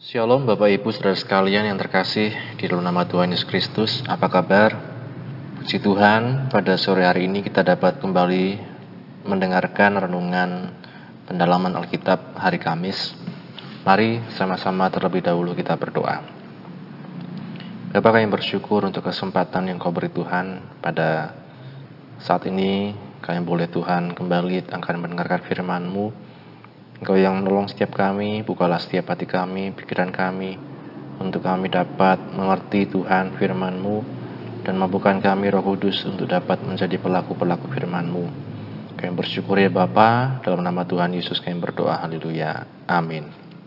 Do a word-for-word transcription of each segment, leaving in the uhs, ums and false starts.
Shalom Bapak Ibu Saudara sekalian yang terkasih di dalam nama Tuhan Yesus Kristus. Apa kabar? Puji Tuhan, pada sore hari ini kita dapat kembali mendengarkan renungan pendalaman Alkitab hari Kamis. Mari sama-sama terlebih dahulu kita berdoa. Bapa, kami bersyukur untuk kesempatan yang Kau beri Tuhan pada saat ini. Kami boleh Tuhan kembali akan mendengarkan firman-Mu. Engkau yang menolong setiap kami, bukalah setiap hati kami, pikiran kami, untuk kami dapat mengerti Tuhan firman-Mu, dan mampukan kami Roh Kudus untuk dapat menjadi pelaku-pelaku firman-Mu. Kami bersyukur ya Bapa, dalam nama Tuhan Yesus kami berdoa, haleluya, amin.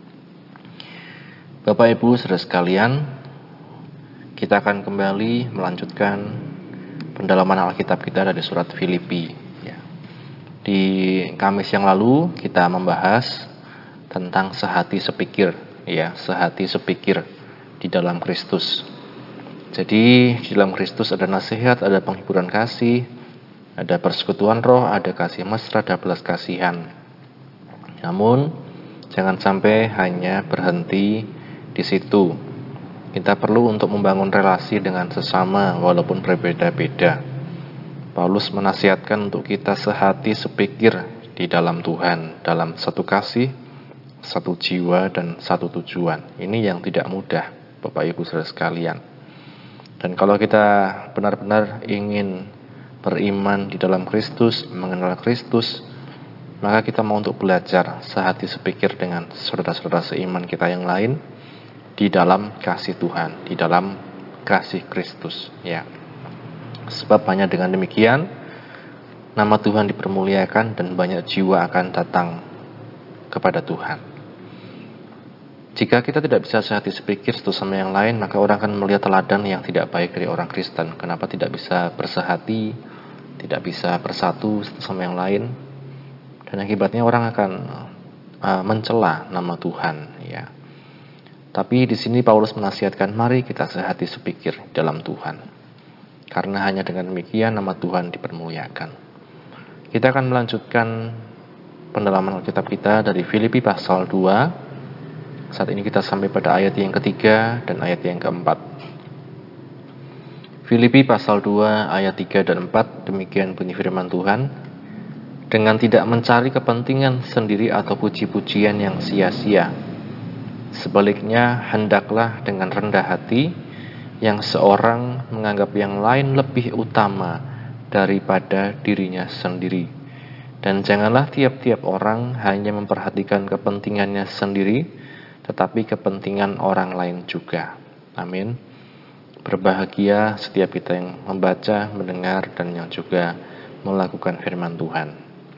Bapak Ibu saudara sekalian, kita akan kembali melanjutkan pendalaman Alkitab kita dari surat Filipi. Di Kamis yang lalu kita membahas tentang sehati sepikir, ya, sehati sepikir di dalam Kristus. Jadi di dalam Kristus ada nasihat, ada penghiburan kasih, ada persekutuan roh, ada kasih mesra, ada belas kasihan. Namun jangan sampai hanya berhenti di situ. Kita perlu untuk membangun relasi dengan sesama walaupun berbeda-beda. Paulus menasihatkan untuk kita sehati sepikir di dalam Tuhan, dalam satu kasih, satu jiwa, dan satu tujuan. Ini yang tidak mudah, Bapak Ibu saudara sekalian. Dan kalau kita benar-benar ingin beriman di dalam Kristus, mengenal Kristus, maka kita mau untuk belajar sehati sepikir dengan saudara-saudara seiman kita yang lain di dalam kasih Tuhan, di dalam kasih Kristus, ya. Sebab hanya dengan demikian nama Tuhan dipermuliakan dan banyak jiwa akan datang kepada Tuhan. Jika kita tidak bisa sehati sepikir satu sama yang lain, maka orang akan melihat teladan yang tidak baik dari orang Kristen. Kenapa tidak bisa bersehati, tidak bisa bersatu satu sama yang lain, dan akibatnya orang akan uh, mencela nama Tuhan, ya. Tapi di sini Paulus menasihatkan, mari kita sehati sepikir dalam Tuhan. Karena hanya dengan demikian nama Tuhan dipermuliakan. Kita akan melanjutkan pendalaman Alkitab kita dari Filipi pasal dua. Saat ini kita sampai pada ayat yang ketiga dan ayat yang keempat. Filipi pasal dua ayat tiga dan empat, demikian bunyi firman Tuhan. Dengan tidak mencari kepentingan sendiri atau puji-pujian yang sia-sia. Sebaliknya hendaklah dengan rendah hati yang seorang menganggap yang lain lebih utama daripada dirinya sendiri. Dan janganlah tiap-tiap orang hanya memperhatikan kepentingannya sendiri, tetapi kepentingan orang lain juga. Amin. Berbahagia setiap kita yang membaca, mendengar, dan yang juga melakukan firman Tuhan.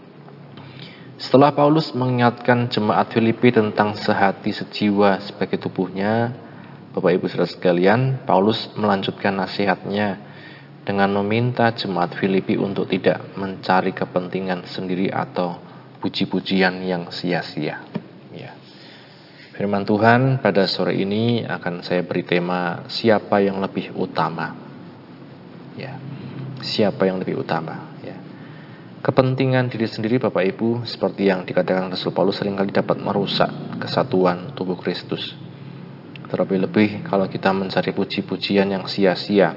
Setelah Paulus mengingatkan jemaat Filipi tentang sehati sejiwa sebagai tubuhnya, Bapak Ibu saudara sekalian, Paulus melanjutkan nasihatnya dengan meminta jemaat Filipi untuk tidak mencari kepentingan sendiri atau puji-pujian yang sia-sia. Ya. Firman Tuhan pada sore ini akan saya beri tema siapa yang lebih utama. Ya. Siapa yang lebih utama. Ya. Kepentingan diri sendiri Bapak Ibu seperti yang dikatakan Rasul Paulus seringkali dapat merusak kesatuan tubuh Kristus. Terlebih-lebih kalau kita mencari puji-pujian yang sia-sia.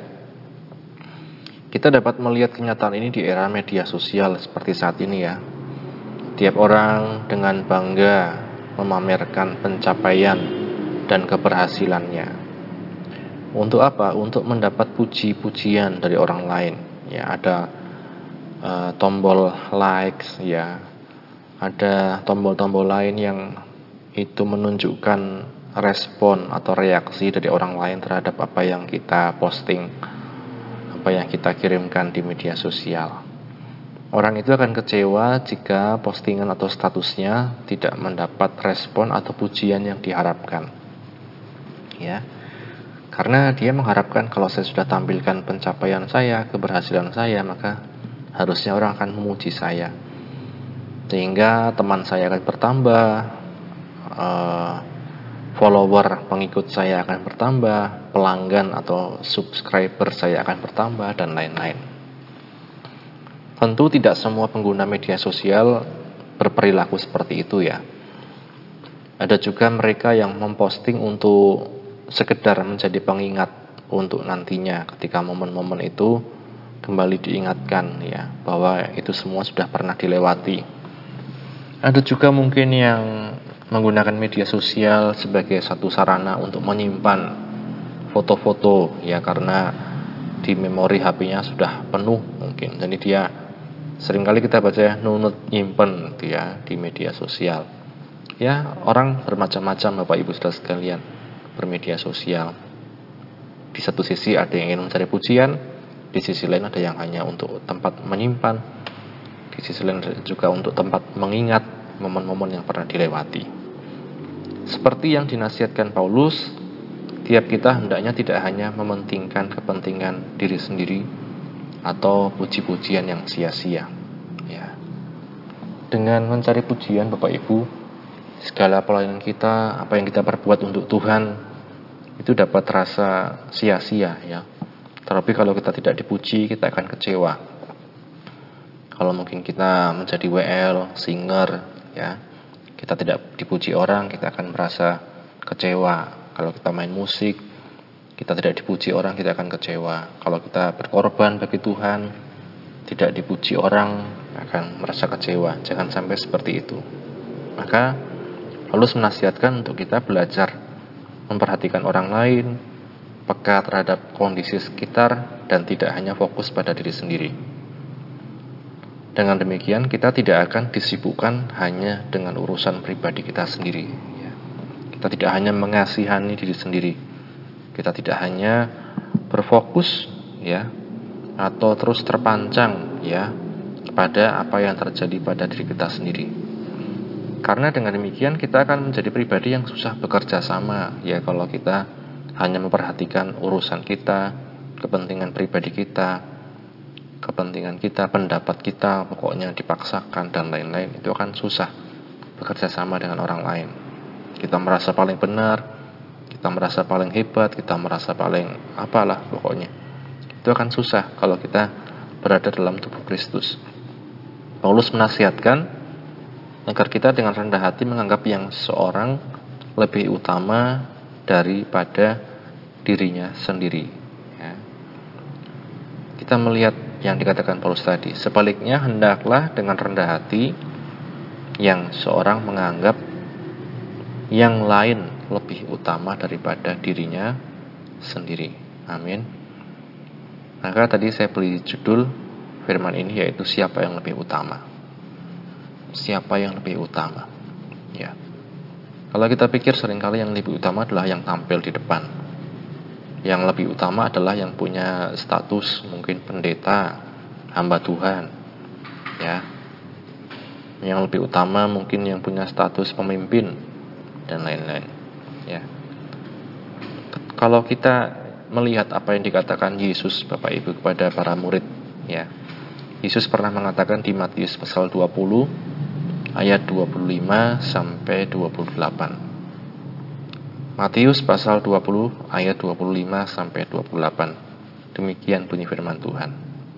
Kita dapat melihat kenyataan ini di era media sosial seperti saat ini ya. Tiap orang dengan bangga memamerkan pencapaian dan keberhasilannya. Untuk apa? Untuk mendapat puji-pujian dari orang lain. Ya, ada uh, tombol likes ya. Ada tombol-tombol lain yang itu menunjukkan respon atau reaksi dari orang lain terhadap apa yang kita posting, apa yang kita kirimkan di media sosial. Orang itu akan kecewa jika postingan atau statusnya tidak mendapat respon atau pujian yang diharapkan. Ya. Karena dia mengharapkan kalau saya sudah tampilkan pencapaian saya, keberhasilan saya, maka harusnya orang akan memuji saya. Sehingga teman saya akan bertambah, uh, follower pengikut saya akan bertambah, pelanggan atau subscriber saya akan bertambah, dan lain-lain. Tentu tidak semua pengguna media sosial berperilaku seperti itu ya. Ada juga mereka yang memposting untuk sekedar menjadi pengingat untuk nantinya ketika momen-momen itu kembali diingatkan ya bahwa itu semua sudah pernah dilewati. Ada juga mungkin yang menggunakan media sosial sebagai satu sarana untuk menyimpan foto-foto ya, karena di memori H P-nya sudah penuh mungkin. Jadi dia seringkali kita baca nunut nyimpen gitu ya di media sosial. Ya, orang bermacam-macam Bapak Ibu Saudara sekalian bermedia sosial. Di satu sisi ada yang ingin mencari pujian, di sisi lain ada yang hanya untuk tempat menyimpan, di sisi lain juga untuk tempat mengingat momen-momen yang pernah dilewati. Seperti yang dinasihatkan Paulus, tiap kita hendaknya tidak hanya mementingkan kepentingan diri sendiri atau puji-pujian yang sia-sia. Ya. Dengan mencari pujian Bapak Ibu, segala pelayanan kita, apa yang kita perbuat untuk Tuhan itu dapat terasa sia-sia ya. Terlebih kalau kita tidak dipuji, kita akan kecewa. Kalau mungkin kita menjadi W L, singer ya, kita tidak dipuji orang, kita akan merasa kecewa. Kalau kita main musik, kita tidak dipuji orang, kita akan kecewa. Kalau kita berkorban bagi Tuhan, tidak dipuji orang, akan merasa kecewa. Jangan sampai seperti itu. Maka Paulus menasihatkan untuk kita belajar memperhatikan orang lain, peka terhadap kondisi sekitar, dan tidak hanya fokus pada diri sendiri. Dengan demikian kita tidak akan disibukkan hanya dengan urusan pribadi kita sendiri ya. Kita tidak hanya mengasihani diri sendiri, kita tidak hanya berfokus ya atau terus terpancang ya pada apa yang terjadi pada diri kita sendiri. Karena dengan demikian kita akan menjadi pribadi yang susah bekerja sama ya, kalau kita hanya memperhatikan urusan kita, kepentingan pribadi kita, kepentingan kita, pendapat kita, pokoknya dipaksakan dan lain-lain. Itu akan susah bekerja sama dengan orang lain. Kita merasa paling benar, kita merasa paling hebat, kita merasa paling apalah pokoknya. Itu akan susah kalau kita berada dalam tubuh Kristus. Paulus menasihatkan agar kita dengan rendah hati menganggap yang seorang lebih utama daripada dirinya sendiri ya. Kita melihat yang dikatakan Paulus tadi. Sebaliknya hendaklah dengan rendah hati yang seorang menganggap yang lain lebih utama daripada dirinya sendiri. Amin. Maka tadi saya beri judul firman ini yaitu siapa yang lebih utama. Siapa yang lebih utama ya. Kalau kita pikir seringkali yang lebih utama adalah yang tampil di depan. Yang lebih utama adalah yang punya status mungkin pendeta, hamba Tuhan ya. Yang lebih utama mungkin yang punya status pemimpin dan lain-lain ya. Kalau kita melihat apa yang dikatakan Yesus Bapak Ibu kepada para murid ya, Yesus pernah mengatakan di Matius pasal dua puluh ayat dua puluh lima sampai dua puluh delapan. Matius pasal dua puluh ayat dua puluh lima sampai dua puluh delapan. Demikian bunyi firman Tuhan.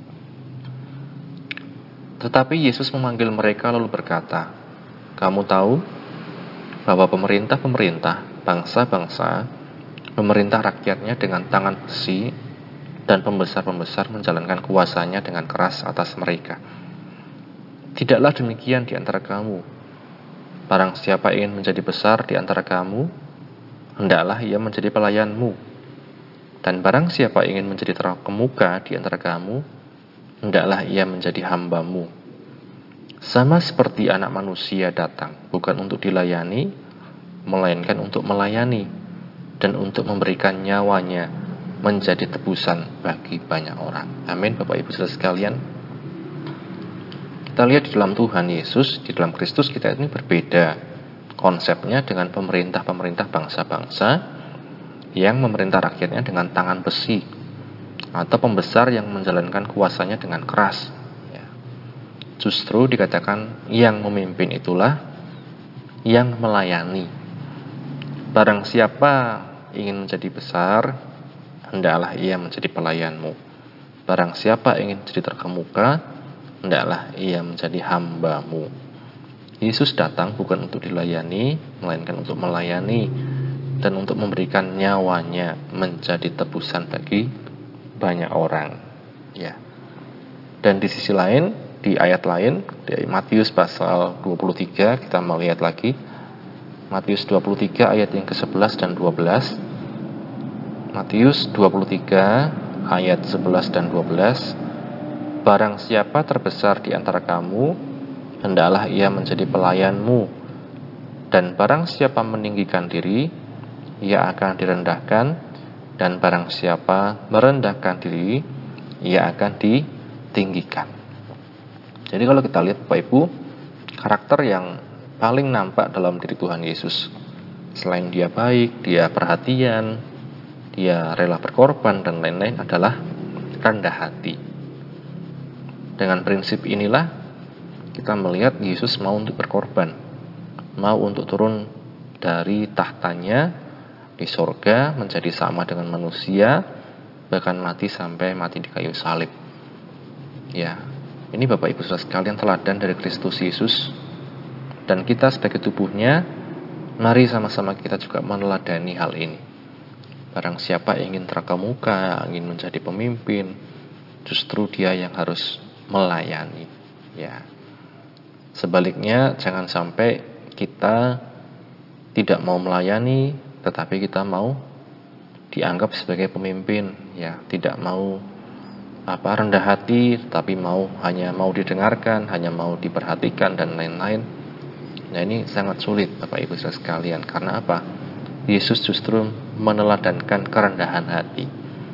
Tetapi Yesus memanggil mereka lalu berkata, "Kamu tahu bahwa pemerintah-pemerintah bangsa-bangsa memerintah rakyatnya dengan tangan besi, dan pembesar-pembesar menjalankan kuasanya dengan keras atas mereka. Tidaklah demikian di antara kamu. Barang siapa ingin menjadi besar di antara kamu, hendaklah ia menjadi pelayanmu. Dan barang siapa ingin menjadi terkemuka di antara kamu, hendaklah ia menjadi hambamu. Sama seperti anak manusia datang, bukan untuk dilayani, melainkan untuk melayani, dan untuk memberikan nyawanya menjadi tebusan bagi banyak orang." Amin Bapak Ibu Saudara sekalian. Kita lihat di dalam Tuhan Yesus, di dalam Kristus kita ini berbeda konsepnya dengan pemerintah-pemerintah bangsa-bangsa yang memerintah rakyatnya dengan tangan besi, atau pembesar yang menjalankan kuasanya dengan keras ya. Justru dikatakan yang memimpin itulah yang melayani. Barang siapa ingin menjadi besar, hendaklah ia menjadi pelayanmu. Barang siapa ingin menjadi terkemuka, hendaklah ia menjadi hambamu. Yesus datang bukan untuk dilayani, melainkan untuk melayani dan untuk memberikan nyawanya menjadi tebusan bagi banyak orang. Ya. Dan di sisi lain, di ayat lain, di Matius pasal dua puluh tiga, kita mau lihat lagi. Matius dua puluh tiga ayat yang ke sebelas dan dua belas. Matius dua puluh tiga ayat sebelas dan dua belas. Barang siapa terbesar di antara kamu, hendaklah ia menjadi pelayanmu. Dan barang siapa meninggikan diri, ia akan direndahkan. Dan barang siapa merendahkan diri, ia akan ditinggikan. Jadi kalau kita lihat Bapak Ibu, karakter yang paling nampak dalam diri Tuhan Yesus, selain dia baik, dia perhatian, dia rela berkorban dan lain-lain, adalah rendah hati. Dengan prinsip inilah kita melihat Yesus mau untuk berkorban, mau untuk turun dari tahtanya di sorga menjadi sama dengan manusia, bahkan mati sampai mati di kayu salib. Ya, ini Bapak Ibu Saudara sekalian teladan dari Kristus Yesus. Dan kita sebagai tubuhnya, mari sama-sama kita juga meneladani hal ini. Barang siapa ingin terkemuka, ingin menjadi pemimpin, justru dia yang harus melayani. Ya. Sebaliknya, jangan sampai kita tidak mau melayani, tetapi kita mau dianggap sebagai pemimpin. Ya, tidak mau apa rendah hati, tetapi mau hanya mau didengarkan, hanya mau diperhatikan dan lain-lain. Nah, ini sangat sulit Bapak Ibu Saudara sekalian. Karena apa? Yesus justru meneladankan kerendahan hati.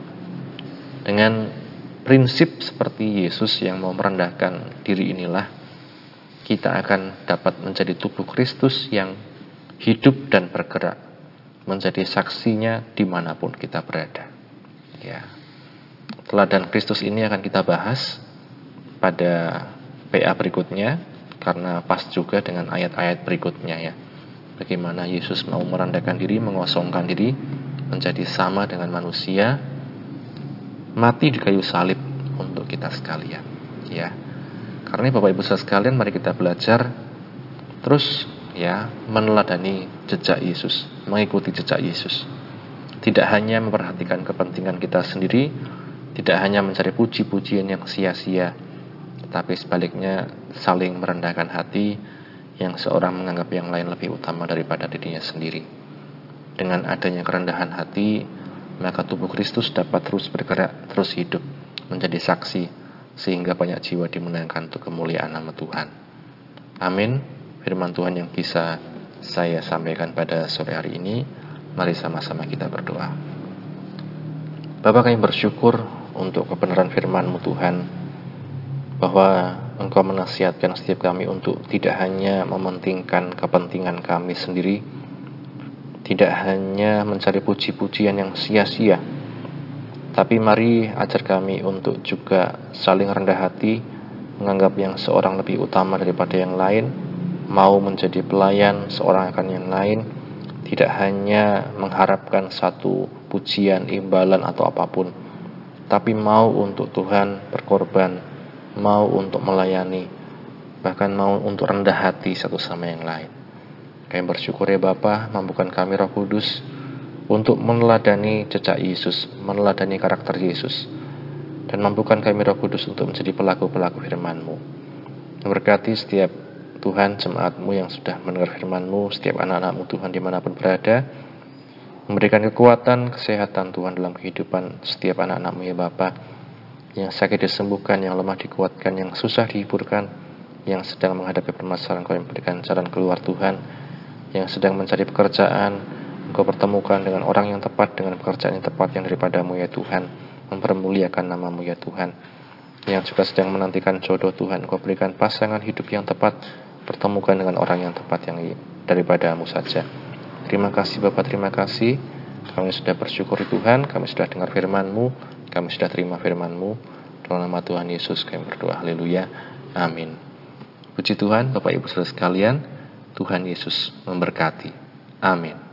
Dengan prinsip seperti Yesus yang mau merendahkan diri inilah, kita akan dapat menjadi tubuh Kristus yang hidup dan bergerak, menjadi saksinya dimanapun kita berada. Ya. Teladan Kristus ini akan kita bahas pada P A berikutnya, karena pas juga dengan ayat-ayat berikutnya ya. Bagaimana Yesus mau merendahkan diri, mengosongkan diri, menjadi sama dengan manusia, mati di kayu salib untuk kita sekalian. Ya, karena Bapak Ibu Saudara sekalian, mari kita belajar terus ya meneladani jejak Yesus, mengikuti jejak Yesus. Tidak hanya memperhatikan kepentingan kita sendiri, tidak hanya mencari puji-pujian yang sia-sia, tapi sebaliknya saling merendahkan hati, yang seorang menganggap yang lain lebih utama daripada dirinya sendiri. Dengan adanya kerendahan hati, maka tubuh Kristus dapat terus bergerak, terus hidup, menjadi saksi, sehingga banyak jiwa dimenangkan untuk kemuliaan nama Tuhan. Amin. Firman Tuhan yang bisa saya sampaikan pada sore hari ini, mari sama-sama kita berdoa. Bapa, kami bersyukur untuk kebenaran firman-Mu Tuhan, bahwa Engkau menasihatkan setiap kami untuk tidak hanya mementingkan kepentingan kami sendiri, tidak hanya mencari puji-pujian yang sia-sia, tapi mari ajar kami untuk juga saling rendah hati, menganggap yang seorang lebih utama daripada yang lain, mau menjadi pelayan seorang akan yang lain, tidak hanya mengharapkan satu pujian, imbalan atau apapun, tapi mau untuk Tuhan berkorban, mau untuk melayani, bahkan mau untuk rendah hati satu sama yang lain. Kami bersyukur ya Bapa, mampukan kami Roh Kudus untuk meneladani jejak Yesus, meneladani karakter Yesus, dan mampukan kami Roh Kudus untuk menjadi pelaku-pelaku firman-Mu. Berkati setiap Tuhan jemaat-Mu yang sudah mendengar firman-Mu, setiap anak-anak-Mu Tuhan dimanapun berada, memberikan kekuatan, kesehatan Tuhan dalam kehidupan setiap anak-anak-Mu ya Bapa, yang sakit disembuhkan, yang lemah dikuatkan, yang susah dihiburkan, yang sedang menghadapi permasalahan Kau yang berikan jalan keluar Tuhan, yang sedang mencari pekerjaan, Engkau pertemukan dengan orang yang tepat, dengan pekerjaan yang tepat yang daripada-Mu ya Tuhan, mempermuliakan nama-Mu ya Tuhan. Yang juga sedang menantikan jodoh Tuhan, Engkau berikan pasangan hidup yang tepat, pertemukan dengan orang yang tepat yang daripada-Mu saja. Terima kasih Bapak, terima kasih. Kami sudah bersyukur Tuhan, kami sudah dengar firman-Mu, kami sudah terima firman-Mu. Dalam nama Tuhan Yesus kami berdoa, haleluya, amin. Puji Tuhan, Bapak Ibu Saudara sekalian, Tuhan Yesus memberkati, amin.